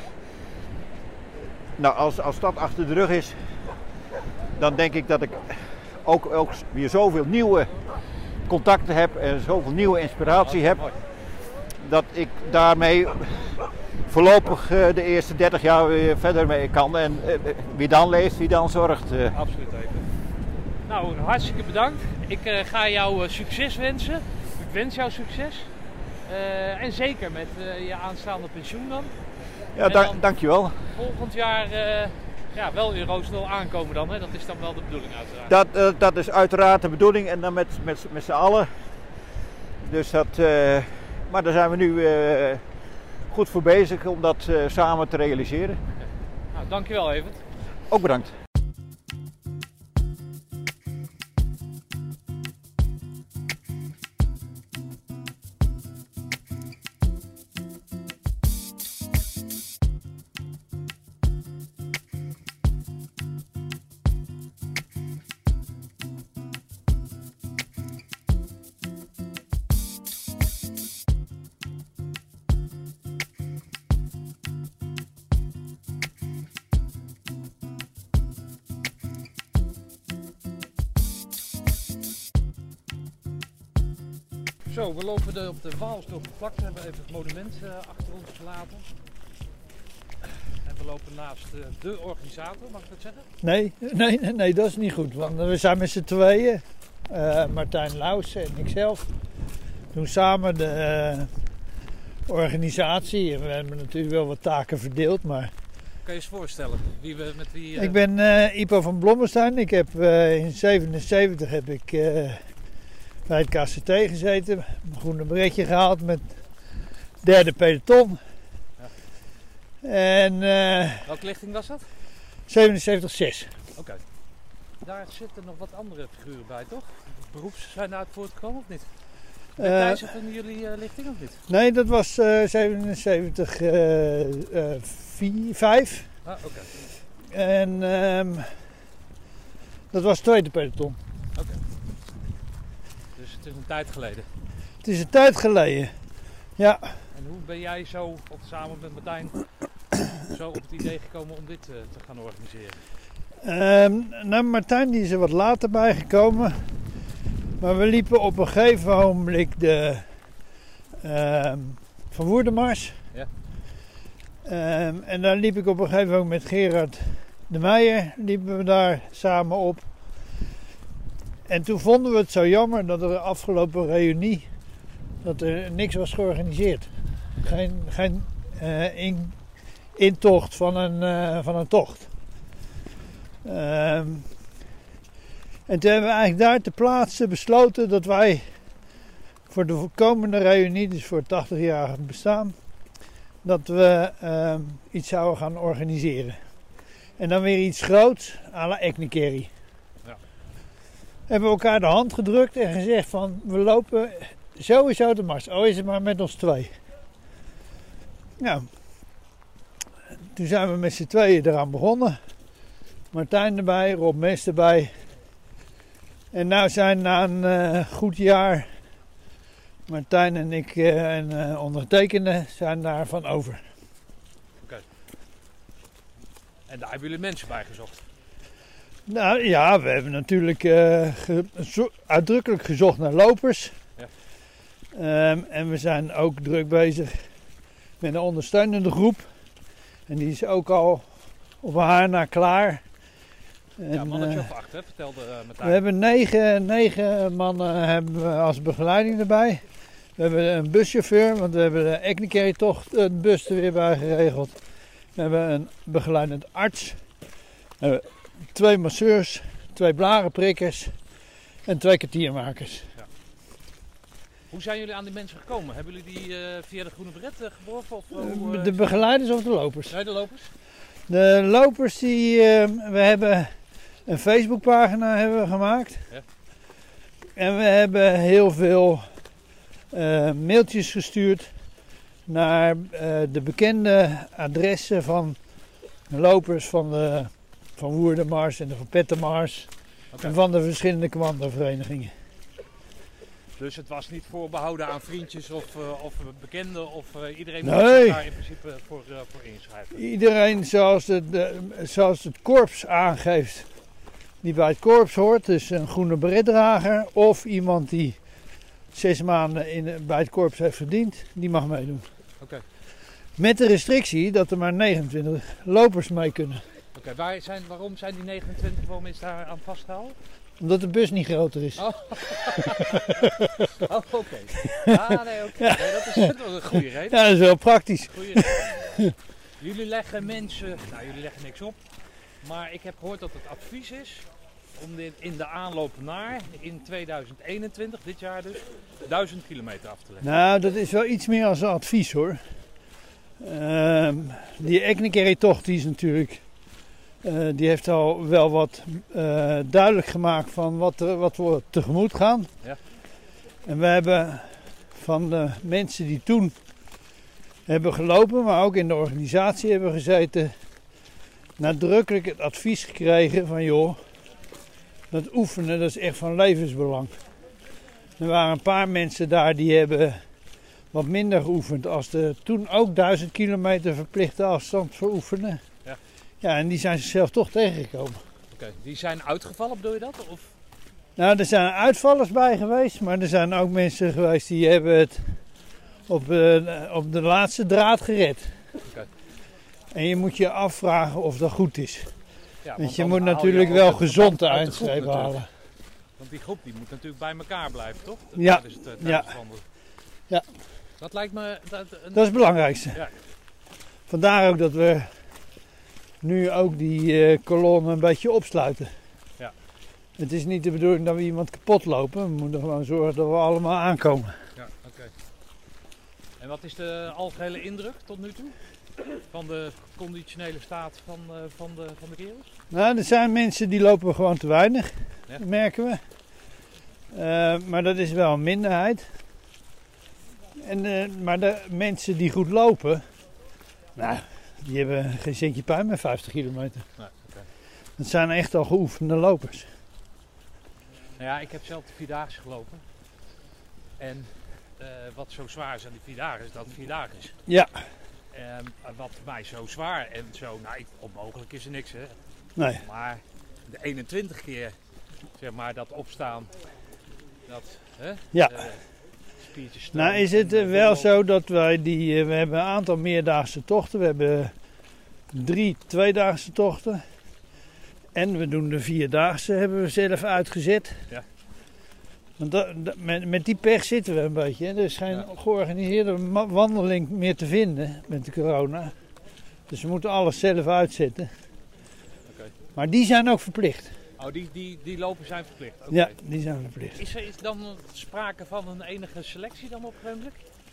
nou, als, als dat achter de rug is, dan denk ik dat ik ook, ook weer zoveel nieuwe contacten heb en zoveel nieuwe inspiratie ja, heb. Mooi. Dat ik daarmee voorlopig uh, de eerste dertig jaar weer verder mee kan. En uh, wie dan leeft, wie dan zorgt. Uh. Absoluut even. Nou, hartstikke bedankt. Ik uh, ga jou uh, succes wensen. Ik wens jou succes. Uh, en zeker met uh, je aanstaande pensioen dan. Ja, da- dan dankjewel. Volgend jaar uh, ja, wel in Roosendaal aankomen dan. Hè? Dat is dan wel de bedoeling uiteraard. Dat, uh, dat is uiteraard de bedoeling. En dan met, met, met z'n allen. Dus dat... Uh, Maar daar zijn we nu uh, goed voor bezig om dat uh, samen te realiseren. Ja. Nou, dankjewel Evert. Ook bedankt. Zo, we lopen de, op de Waalsdorp vlakte. We hebben even het monument uh, achter ons gelaten. En we lopen naast uh, de organisator, mag ik dat zeggen? Nee, nee, nee, nee, dat is niet goed. Want we zijn met z'n tweeën, uh, Martijn Lauws en ikzelf, doen samen de uh, organisatie. En we hebben natuurlijk wel wat taken verdeeld, maar... Kan je eens voorstellen wie we met wie... Uh... Ik ben uh, Ipo van Blommestein. Ik heb uh, in zevenenzeventig heb ik... Uh, bij het K C T gezeten, een groene beretje gehaald met derde peloton. Ja. En, uh, welke lichting was dat? zevenenzeventig zes. Oké. Okay. Daar zitten nog wat andere figuren bij, toch? Beroeps zijn daaruit voortgekomen of niet? Ben jij zit in jullie uh, lichting of niet? Nee, dat was uh, zevenenzeventig vijf. Ah, oké. Okay. En um, dat was het tweede peloton. Oké. Okay. Het is een tijd geleden. Het is een tijd geleden, ja. En hoe ben jij zo, of samen met Martijn, zo op het idee gekomen om dit uh, te gaan organiseren? Um, nou, Martijn die is er wat later bijgekomen. Maar we liepen op een gegeven ogenblik de um, Van Woerdenmars. Ja. Um, en daar liep ik op een gegeven moment met Gerard de Meijer, liepen we daar samen op. En toen vonden we het zo jammer dat er de afgelopen reunie dat er niks was georganiseerd. Geen, geen uh, in, intocht van een, uh, van een tocht. Um, en toen hebben we eigenlijk daar ter plaatse besloten dat wij voor de komende reunie, dus voor het tachtigjarige bestaan, dat we um, iets zouden gaan organiseren. En dan weer iets groots à la Eknikeri. Hebben we elkaar de hand gedrukt en gezegd van we lopen sowieso de mars. Oh, is het maar met ons twee. Nou, toen zijn we met z'n tweeën eraan begonnen. Martijn erbij, Rob Mes erbij. En nu zijn na een uh, goed jaar Martijn en ik uh, en uh, ondertekende zijn daarvan over. En daar hebben jullie mensen bij gezocht? Nou ja, we hebben natuurlijk uh, ge- zo- uitdrukkelijk gezocht naar lopers. Ja. Um, en we zijn ook druk bezig met een ondersteunende groep. En die is ook al op haar na klaar. En, ja, mannetje uh, of acht, hè? Vertelde uh, Martijn. We hebben negen, negen mannen hebben we als begeleiding erbij. We hebben een buschauffeur, want we hebben de Ecnicarry-tocht, een bus er weer bij geregeld. We hebben een begeleidend arts. We hebben twee masseurs, twee blarenprikkers en twee kwartiermakers. Ja. Hoe zijn jullie aan die mensen gekomen? Hebben jullie die uh, via de Groene Beret uh, geworven? Of, uh, de begeleiders of de lopers? Nee, de lopers. De lopers, die, uh, we hebben een Facebookpagina hebben we gemaakt. Ja. En we hebben heel veel uh, mailtjes gestuurd naar uh, de bekende adressen van lopers van, de, van Woerdenmars en de Van Pettenmars. Okay. En van de verschillende commandoverenigingen. Dus het was niet voorbehouden aan vriendjes of, uh, of bekenden of uh, iedereen nee. moet zich daar in principe voor, uh, voor inschrijven? Iedereen zoals, het, de, zoals het korps aangeeft die bij het korps hoort. Dus een groene beretdrager of iemand die zes maanden in, bij het korps heeft verdiend, die mag meedoen. Okay. Met de restrictie dat er maar negenentwintig lopers mee kunnen. Oké, okay, zijn, waarom zijn die negenentwintig, waarom is daar aan vastgehouden? Omdat de bus niet groter is. Oh, oh oké. Okay. Ah, nee, oké. Okay. Ja. Nee, dat is dat was een goede reden. Ja, dat is wel praktisch. Goeie reden. Jullie leggen mensen, nou jullie leggen niks op, maar ik heb gehoord dat het advies is om dit in de aanloop naar, in tweeduizend eenentwintig, dit jaar dus, duizend kilometer af te leggen. Nou, dat is wel iets meer als een advies hoor. Uh, die Ecnicarry-tocht die is natuurlijk, uh, die heeft al wel wat uh, duidelijk gemaakt van wat, er, wat we tegemoet gaan. Ja. En we hebben van de mensen die toen hebben gelopen, maar ook in de organisatie hebben gezeten, nadrukkelijk het advies gekregen van joh, dat oefenen dat is echt van levensbelang. Er waren een paar mensen daar die hebben wat minder geoefend als de toen ook duizend kilometer verplichte afstand voor oefenen. Ja. Ja, en die zijn zichzelf toch tegengekomen. Oké, okay. Die zijn uitgevallen, bedoel je dat? Of? Nou, er zijn uitvallers bij geweest, maar er zijn ook mensen geweest die hebben het op, uh, op de laatste draad gered. Okay. En je moet je afvragen of dat goed is. Ja, want je moet natuurlijk je wel gezond de eindstreep halen. Want die groep die moet natuurlijk bij elkaar blijven, toch? Ja. Dat is het, uh, ja. ja. Dat lijkt me... Dat, een... dat is het belangrijkste. Ja. Vandaar ook dat we nu ook die uh, kolonne een beetje opsluiten. Ja. Het is niet de bedoeling dat we iemand kapot lopen. We moeten gewoon zorgen dat we allemaal aankomen. Ja, oké. Okay. En wat is de algehele indruk tot nu toe? Van de conditionele staat van, uh, van, de, van de kerels? Nou, er zijn mensen die lopen gewoon te weinig, ja. Dat merken we. Uh, maar dat is wel een minderheid. En, uh, maar de mensen die goed lopen, nou, die hebben geen centje pijn met vijftig kilometer. Nee, okay. Dat zijn echt al geoefende lopers. Nou ja, ik heb zelf de Vierdaagse gelopen. En uh, wat zo zwaar is aan die Vierdaagse is dat het Vierdaagse is. Ja. Um, wat mij zo zwaar en zo, nou onmogelijk is er niks hè. Nee. Maar de eenentwintig keer, zeg maar, dat opstaan, dat, hè? Ja. Uh, spiertjes nou is het uh, wel zo dat wij die, uh, we hebben een aantal meerdaagse tochten. We hebben drie tweedaagse tochten. En we doen de vierdaagse, hebben we zelf uitgezet. Ja. Want dat, dat, met, met die pech zitten we een beetje. Hè. Er is geen ja. georganiseerde wandeling meer te vinden met de corona. Dus we moeten alles zelf uitzetten. Okay. Maar die zijn ook verplicht. Oh, die, die, die lopen zijn verplicht? Okay. Ja, die zijn verplicht. Is er is dan sprake van een enige selectie dan op een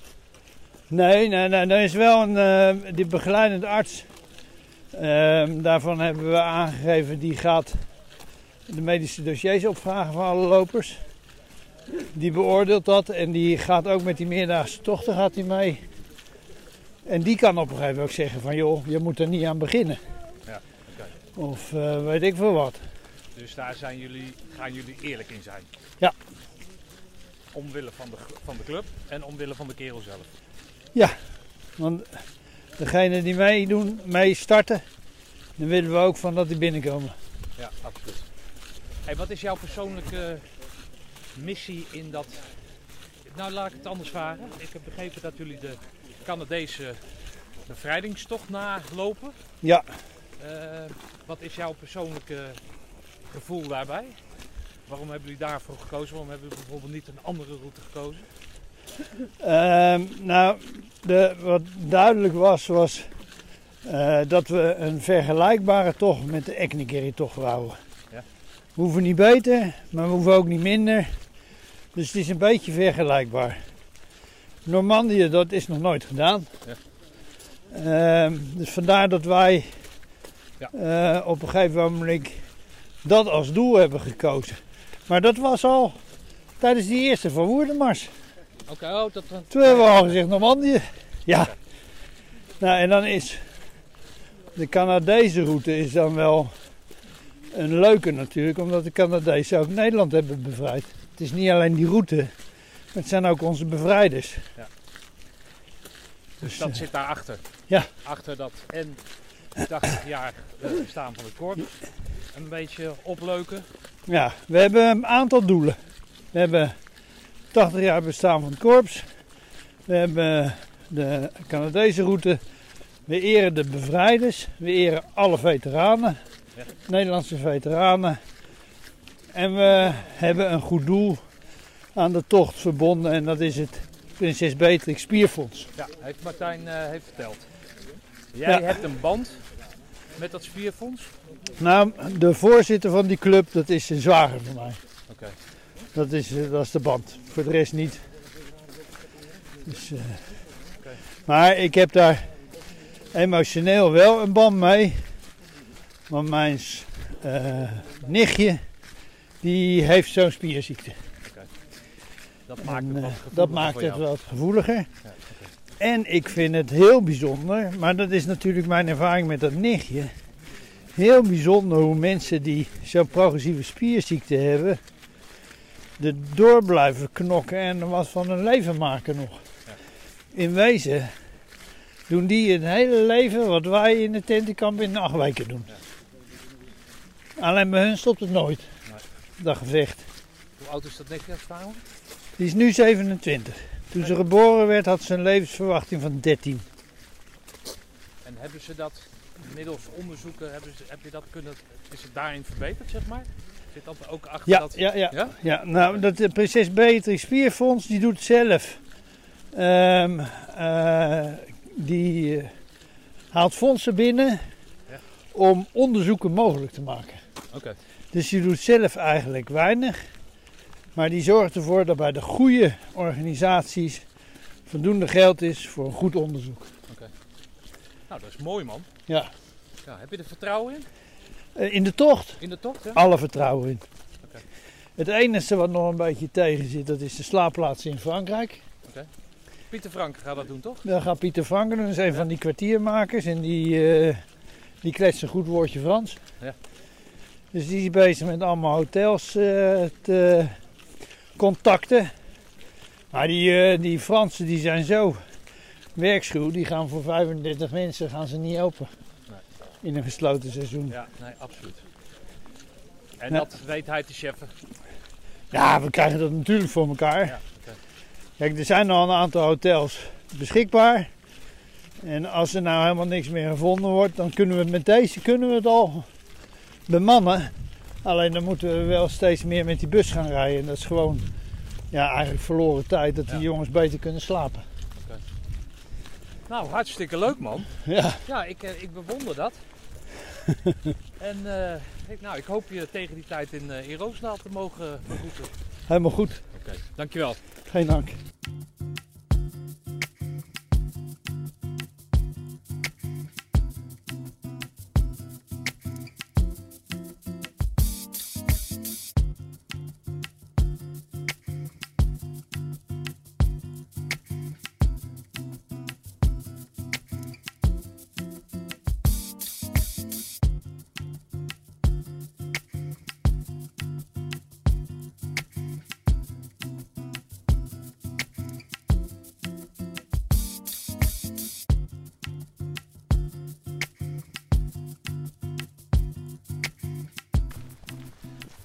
Nee, nee, nee, er is wel een uh, die begeleidende arts. Uh, daarvan hebben we aangegeven, die gaat de medische dossiers opvragen van alle lopers. Die beoordeelt dat en die gaat ook met die meerdaagse tochten gaat die mee. En die kan op een gegeven moment ook zeggen van joh, je moet er niet aan beginnen. Ja, okay. Of uh, weet ik veel wat. Dus daar zijn jullie, gaan jullie eerlijk in zijn? Ja. omwille van de, van de club en omwille van de kerel zelf. Ja, want degene die meedoen, mee starten, dan willen we ook van dat die binnenkomen. Ja, absoluut. Hey, wat is jouw persoonlijke missie in dat... Nou, laat ik het anders vragen. Ik heb begrepen dat jullie de Canadese bevrijdingstocht nalopen. Ja. Uh, wat is jouw persoonlijke gevoel daarbij? Waarom hebben jullie daarvoor gekozen? Waarom hebben jullie bijvoorbeeld niet een andere route gekozen? Uh, nou, de, wat duidelijk was, was uh, dat we een vergelijkbare tocht met de Ecnigerry-tocht wouden. Ja. We hoeven niet beter, maar we hoeven ook niet minder. Dus het is een beetje vergelijkbaar. Normandië, dat is nog nooit gedaan. Ja. Uh, dus vandaar dat wij ja. uh, op een gegeven moment dat als doel hebben gekozen. Maar dat was al tijdens die eerste Van Woerdenmars. Oké, okay, oh, dat... Toen hebben we al gezegd Normandië. Ja. Okay. Nou, en dan is de Canadese route is dan wel een leuke natuurlijk, omdat de Canadezen ook Nederland hebben bevrijd. Het is niet alleen die route, maar het zijn ook onze bevrijders. Ja. Dus, dus dat uh, zit daarachter. Ja. Achter dat en tachtig jaar bestaan van het korps. Een beetje opleuken. Ja, we hebben een aantal doelen. We hebben tachtig jaar bestaan van het korps. We hebben de Canadese route. We eren de bevrijders. We eren alle veteranen. Ja. Nederlandse veteranen. En we hebben een goed doel aan de tocht verbonden. En dat is het Prinses Beatrix Spierfonds. Ja, heeft Martijn uh, heeft verteld. Jij ja. hebt een band met dat spierfonds? Nou, de voorzitter van die club, dat is een zwager van mij. Oké. Okay. Dat is, dat is de band. Voor de rest niet. Dus, uh, okay. Maar ik heb daar emotioneel wel een band mee. Want mijn uh, nichtje, die heeft zo'n spierziekte. Okay. Dat maakt het, en, wat uh, dat maakt het wat gevoeliger. Ja, okay. En ik vind het heel bijzonder, maar dat is natuurlijk mijn ervaring met dat nichtje. Heel bijzonder hoe mensen die zo'n progressieve spierziekte hebben, er door blijven knokken en er wat van hun leven maken nog. Ja. In wezen doen die het hele leven wat wij in de tentenkamp in acht weken doen. Ja. Alleen bij hun stopt het nooit, nee. dat gevecht. Hoe oud is dat nichtje vrouw? Die is nu zevenentwintig. Toen ze geboren werd had ze een levensverwachting van dertien. En hebben ze dat middels onderzoeken, hebben ze, heb je dat kunnen, is het daarin verbeterd, zeg maar? Zit dat ook achter ja, dat? Ja, ja. ja? ja nou, dat de Prinses Beatrix Spierfonds, die doet zelf. Um, uh, die uh, haalt fondsen binnen ja. om onderzoeken mogelijk te maken. Okay. Dus die doet zelf eigenlijk weinig. Maar die zorgt ervoor dat bij de goede organisaties voldoende geld is voor een goed onderzoek. Okay. Nou, dat is mooi, man. Ja. Ja, heb je er vertrouwen in? Uh, in de tocht? In de tocht, ja? Alle vertrouwen in. Okay. Het enige wat nog een beetje tegen zit, dat is de slaapplaats in Frankrijk. Okay. Pieter Frank gaat dat doen, toch? Dat gaat Pieter Frank doen. Dat is een ja. van die kwartiermakers en die, uh, die kletst een goed woordje Frans. Ja. Dus die is bezig met allemaal hotels uh, te contacten. Maar die, uh, die Fransen die zijn zo werkschuw, die gaan voor vijfendertig mensen gaan ze niet open. Nee. In een gesloten seizoen. Ja, nee, absoluut. En ja. dat weet hij te cheffen? Ja, we krijgen dat natuurlijk voor elkaar. Ja, okay. Kijk, er zijn al een aantal hotels beschikbaar. En als er nou helemaal niks meer gevonden wordt, dan kunnen we met deze kunnen we het al bemannen. Alleen dan moeten we wel steeds meer met die bus gaan rijden. En dat is gewoon ja, eigenlijk verloren tijd dat die ja. jongens beter kunnen slapen. Okay. Nou, hartstikke leuk, man. Ja, ja ik, ik bewonder dat. En uh, ik, nou, ik hoop je tegen die tijd in, uh, in Roosendaal te mogen begroeten. Helemaal goed. Oké, okay. Dankjewel. Geen dank.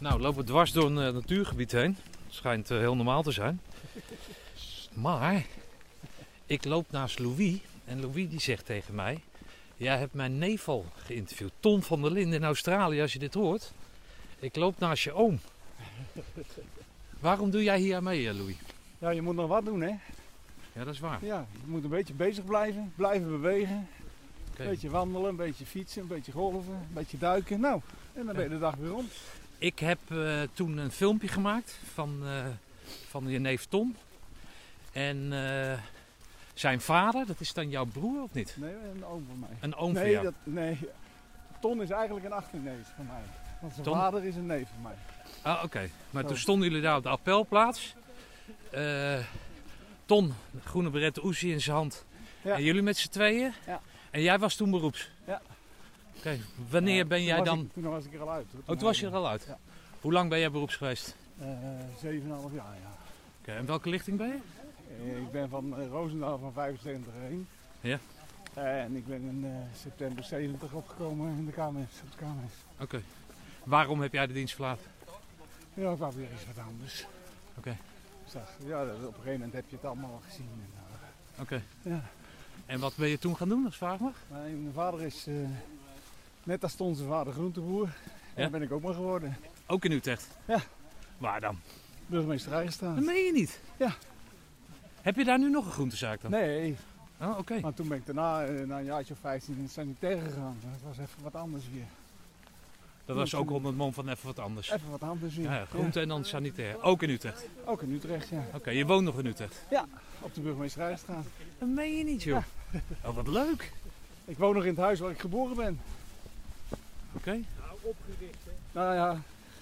Nou, we lopen dwars door een uh, natuurgebied heen. Het schijnt uh, heel normaal te zijn. Maar ik loop naast Louis en Louis die zegt tegen mij: jij hebt mijn neef al geïnterviewd, Ton van der Linden in Australië, als je dit hoort. Ik loop naast je oom. Waarom doe jij hier aan mee, Louis? Ja, je moet nog wat doen, hè? Ja, dat is waar. Ja, je moet een beetje bezig blijven, blijven bewegen. Okay. Een beetje wandelen, een beetje fietsen, een beetje golven, een beetje duiken. Nou, en dan ben je de dag weer rond. Ik heb uh, toen een filmpje gemaakt van, uh, van je neef Ton. En uh, zijn vader, dat is dan jouw broer of niet? Nee, een oom van mij. Een oom nee, van jou? Dat, nee, Ton is eigenlijk een achterneef van mij. Want zijn Ton? vader is een neef van mij. Ah, oké. Okay. Maar Zo. Toen stonden jullie daar op de appelplaats. Uh, Ton, groene beret Oezie in zijn hand. Ja. En jullie met z'n tweeën? Ja. En jij was toen beroeps? Ja. Oké. Okay. Wanneer ja, ben jij was dan... Ik, toen was ik er al uit. Hoor. Oh, toen was je er al uit? Ja. Hoe lang ben jij beroeps geweest? Zeven en een half jaar, ja. Oké. Okay. En welke lichting ben je? Uh, ik ben van uh, Roosendaal van vijfenzeventig heen. Ja. Uh, en ik ben in uh, september zeventig opgekomen in de K M S, op de K M S. Oké. Okay. Waarom heb jij de dienst verlaten? Ja, ik wou weer eens wat anders. Oké. Okay. Ja, op een gegeven moment heb je het allemaal al gezien. Oké. Okay. Ja. En wat ben je toen gaan doen, als vraag mag? Mijn vader is, uh, net als stond zijn vader, groenteboer. En ja? dat ben ik ook maar geworden. Ook in Utrecht? Ja. Waar dan? Burgemeester gestaan. Dat meen je niet? Ja. Heb je daar nu nog een groentezaak dan? Nee. Oh, oké. Okay. Maar toen ben ik daarna, uh, na een jaartje of vijftien, in het sanitair gegaan. Dat was even wat anders weer. Dat was ook onder het mom van even wat anders. Even wat anders weer. Ja, groente ja. En dan sanitair. Ook in Utrecht? Ook in Utrecht, ja. Oké, okay, je woont nog in Utrecht? Ja, op de Burgemeestersstraat. Dat meen je niet, joh. Ja. Oh, wat leuk. Ik woon nog in het huis waar ik geboren ben. Oké. Okay. Nou, opgericht, hè. Nou ja.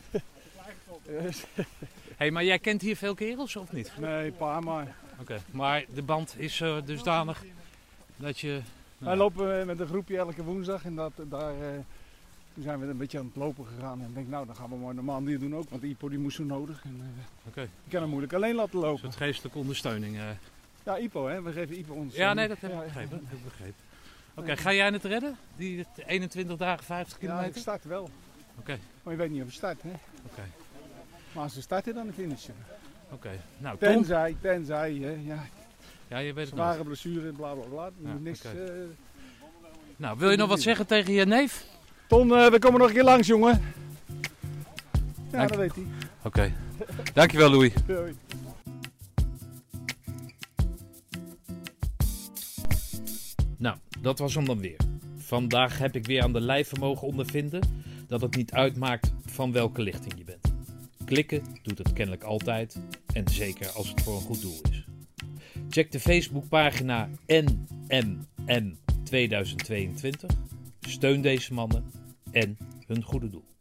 Hé, hey, maar jij kent hier veel kerels, of niet? Nee, een paar maar. Oké, okay. Maar de band is uh, dusdanig dat je... Nou, wij lopen met een groepje elke woensdag en dat, daar... Uh, Toen zijn we een beetje aan het lopen gegaan en ik denk, nou dan gaan we maar normaal die doen ook, want Ipo die moest zo nodig. En, uh, okay. Ik kan hem moeilijk alleen laten lopen. Een soort geestelijke ondersteuning. Uh. Ja, Ipo, hè? We geven Ipo ondersteuning. Ja, nee, dat heb ik ja, begrepen. Ja. begrepen. Oké, okay, ga jij het redden? Die eenentwintig dagen, vijftig kilometer? Ja, ik start wel. Oké. Okay. Maar je weet niet of je start, hè? Oké. Okay. Maar als we starten, dan finishen. Oké. Okay. Nou, tenzij, Tom... tenzij, hè? Ja. Ja, je weet het zware nog. blessure, bla bla bla. Ja, niks. Okay. Uh, nou, wil je nog wat zeggen tegen je neef? Ton, uh, we komen nog een keer langs, jongen. Ja, Dank... dat weet hij. Oké. Okay. Dankjewel, Louis. Doei. Nou, dat was hem dan weer. Vandaag heb ik weer aan de lijve mogen ondervinden dat het niet uitmaakt van welke lichting je bent. Klikken doet het kennelijk altijd en zeker als het voor een goed doel is. Check de Facebookpagina N M M tweeduizend tweeëntwintig. Steun deze mannen en hun goede doel.